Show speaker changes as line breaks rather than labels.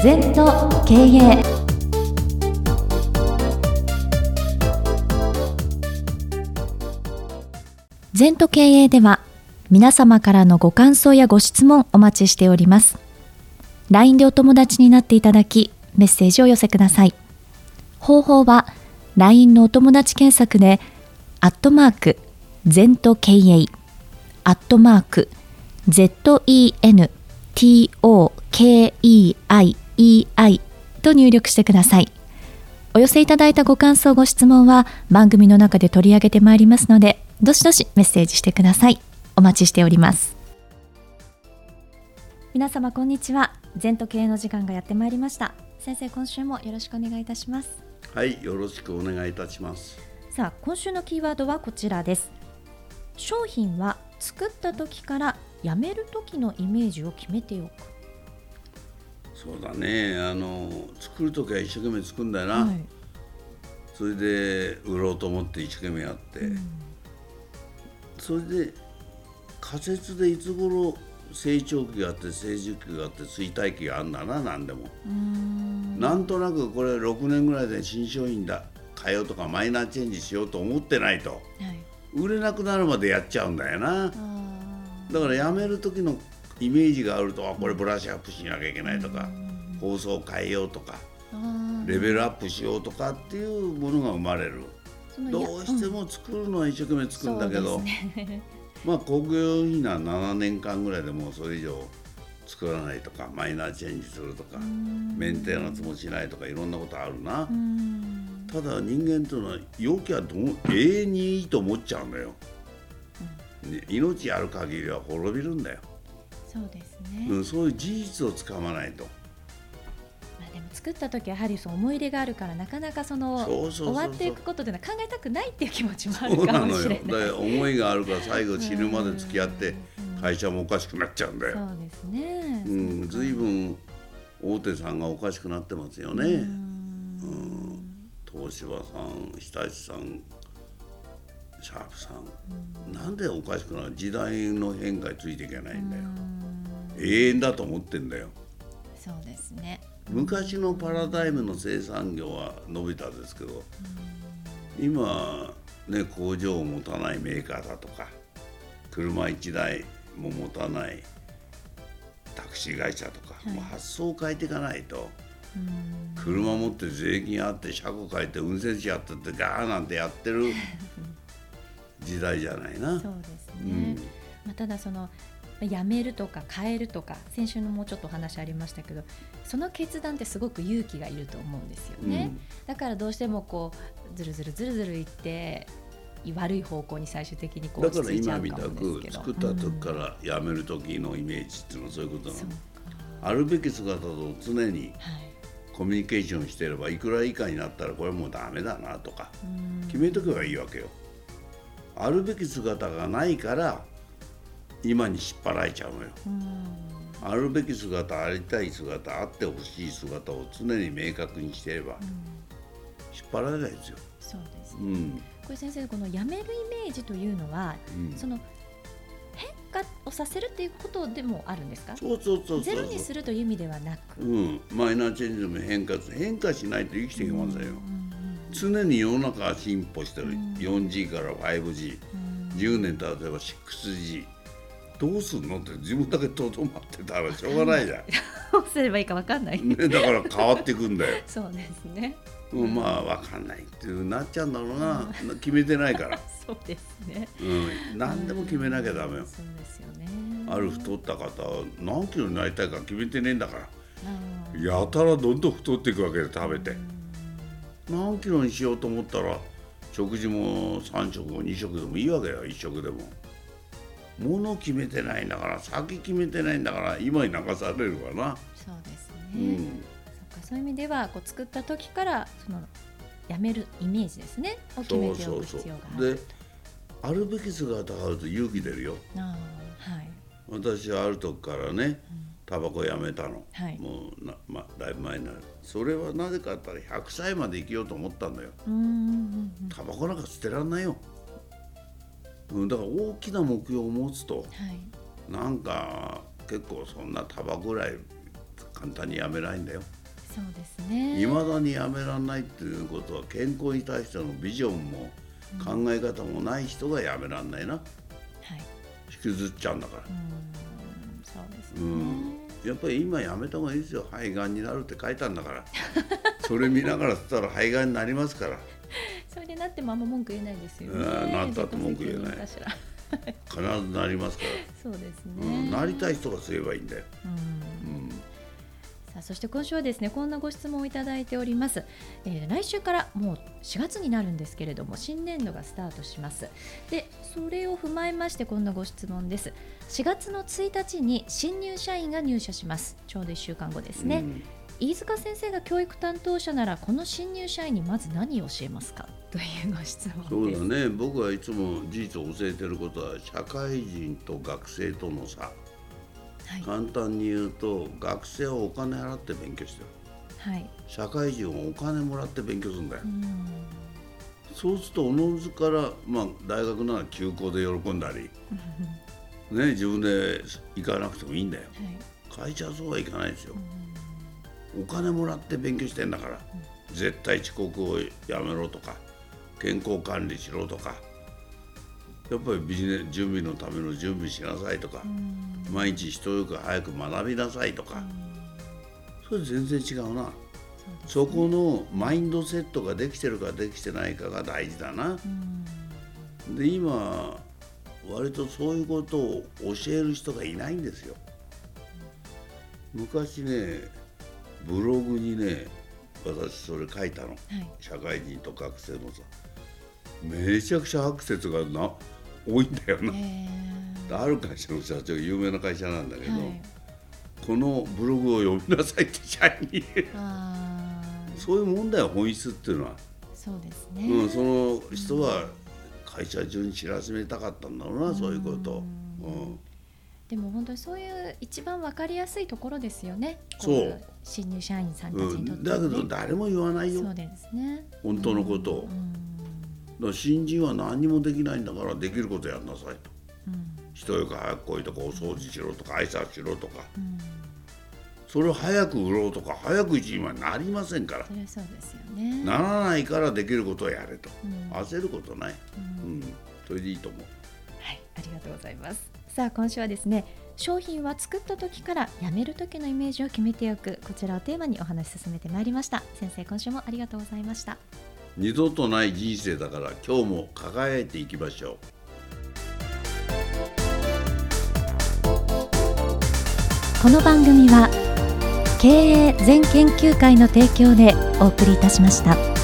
禅と経営。禅と経営では皆様からのご感想やご質問お待ちしております。 LINE でお友達になっていただきメッセージを寄せください。方法は LINE のお友達検索で禅と経営ZENTOKEIEI と入力してください。お寄せいただいたご感想ご質問は番組の中で取り上げてまいりますので、どしどしメッセージしてください。お待ちしております。皆様こんにちは。禅と経営の時間がやってまいりました。先生、今週もよろしくお願いいたします。
はい、よろしくお願いいたします。
さあ、今週のキーワードはこちらです。商品は作った時からやめる時のイメージを決めておく。
そうだね、作る時は一生懸命作るんだよな、はい、それで売ろうと思って一生懸命やって、それで仮説でいつ頃成長期があって成熟期があって衰退期があるんだな。何でもなんとなくこれ6年ぐらいで新商品だ変えようとかマイナーチェンジしようと思ってないと、はい、売れなくなるまでやっちゃうんだよな。だからやめる時のイメージがあると、これブラッシュアップしなきゃいけないとか、放送を変えようとかレベルアップしようとかっていうものが生まれる。どうしても作るのは一生懸命作るんだけど、まあ工業品は7年間ぐらいでもうそれ以上作らないとかマイナーチェンジするとかメンテナンスもしないとかいろんなことあるな。ただ人間というのは容器は永遠にいいと思っちゃうんだよ、命ある限りは滅びるんだよ。
そうですね、
そういう事実をつかまないと。
でも作った時はやはりそう思い入れがあるからなかなか終わっていくことで考えたくないっていう気持ちもあるかもしれない。
そうなのよ。だから思いがあるから最後死ぬまで付き合って会社もおかしくなっちゃうんだよ。
そうですね、
随分大手さんがおかしくなってますよね。東芝さん、日立さん、シャープさん、なんでおかしくなる。時代の変化についていけないんだよ。永遠だと思ってんだよ。
そうですね。
昔のパラダイムの生産業は伸びたんですけど、今ね、工場を持たないメーカーだとか車1台も持たないタクシー会社とか、もう発想を変えていかないと。車持って税金あって車庫変えて運転手やってってガーなんてやってる時代じゃないな。
そうですね、ただやめるとか変えるとか先週のもうちょっとお話ありましたけど、その決断ってすごく勇気がいると思うんですよね、だからどうしてもずるずるいって悪い方向に最終的に落ち着いちゃうかもですけど、
だから今みたく作った時からやめる時のイメージっていうのはそういうことなの。あるべき姿と常にコミュニケーションしていれば、いくら以下になったらこれもうダメだなとか決めとけばいいわけよ。あるべき姿がないから今に引っ張られちゃうのよ。あるべき姿、ありたい姿、あってほしい姿を常に明確にしていれば引っ張られないですよ。
そうですね、これ先生、このやめるイメージというのは、変化をさせるっていうことでもあるんですか？
そう
ゼロにするという意味ではなく、
マイナーチェンジでも変化しないと生きていけませんよ。常に世の中が進歩してる。4G から 5G、10年経てば 6G、どうすんのって自分だけとどまってたらしょうがないじゃん。
どうすればいいか分かんない、
だから変わっていくんだよ。
そうですね、
まあ分かんないっていうなっちゃうんだろうな、決めてないから
そうですね、
何でも決めなきゃダメよ。
そうですよね。
ある太った方は何キロになりたいか決めてねえんだから、やたらどんどん太っていくわけで食べて、何キロにしようと思ったら食事も3食も2食でもいいわけよ。1食でも物決めてないんだから、先決めてないんだから今に流されるわな。
そうですね、そういう意味では作った時からやめるイメージですねを決めておく必要がある。
で、あるべき姿があると勇気出るよ。私はある時からね、タバコやめたの、もうだいぶ前になる。それはなぜかって言ったら100歳まで生きようと思ったんだよ。タバコなんか捨てらんないよ。だから大きな目標を持つと、なんか結構そんなタバコぐらい簡単にやめないんだよ。
そうですね。
未だにやめられないっていうことは、健康に対してのビジョンも考え方もない人がやめられないな、引きずっちゃうんだから。
そうですね。
やっぱり今やめた方がいいですよ。肺がんになるって書いたんだからそれ見ながら吸ったら肺がんになりますから。
それでなってもあんま文句言えないですよね。
なったって文句言えない必ずなりますから
そうですね、
なりたい人が吸えばいいんだよ。
さあ、そして今週はですね、こんなご質問をいただいております。来週からもう4月になるんですけれども、新年度がスタートします。で、それを踏まえましてこんなご質問です。4月の1日に新入社員が入社します。ちょうど1週間後ですね。飯塚先生が教育担当者なら、この新入社員にまず何を教えますか、というご質問です。
そうだね、僕はいつも事実を教えてることは、社会人と学生との差、簡単に言うと、学生はお金払って勉強してる、社会人はお金もらって勉強するんだよ。そうするとおのずから、大学なら休校で喜んだり自分で行かなくてもいいんだよ、会社はそうはいかないですよ。お金もらって勉強してんだから、絶対遅刻をやめろとか、健康管理しろとか、やっぱりビジネス準備のための準備しなさいとか、毎日人よく早く学びなさいとか、それ全然違うな。そこのマインドセットができてるかできてないかが大事だな。で、今割とそういうことを教える人がいないんですよ。昔ね、ブログにね、私それ書いたの、社会人と学生のさ、めちゃくちゃアクセスが多いんだよな。ある会社の社長、有名な会社なんだけど、このブログを読みなさいって社員にそういうもんだよ、本質っていうのは。
そうですね、
その人は会社中に知らしめたかったんだろうな、そういうこと。
でも本当にそういう一番分かりやすいところですよね。
そう
新入社員さんたちにとって、
だけど誰も言わないよ、
そうですね、
本当のことを。だから新人は何もできないんだから、できることやんなさいと、人よく早く来いとか、お掃除しろとか、挨拶しろとか、それを早く売ろうとか、早く一人前になりませんから。
それはそうですよね。
ならないからできることをやれと、焦ることない、それでいいと思う。
はい、ありがとうございます。さあ、今週はですね、商品は作った時からやめる時のイメージを決めておく、こちらをテーマにお話し進めてまいりました。先生、今週もありがとうございました。
二度とない人生だから、今日も輝いていきましょう。
この番組は経営全研究会の提供でお送りいたしました。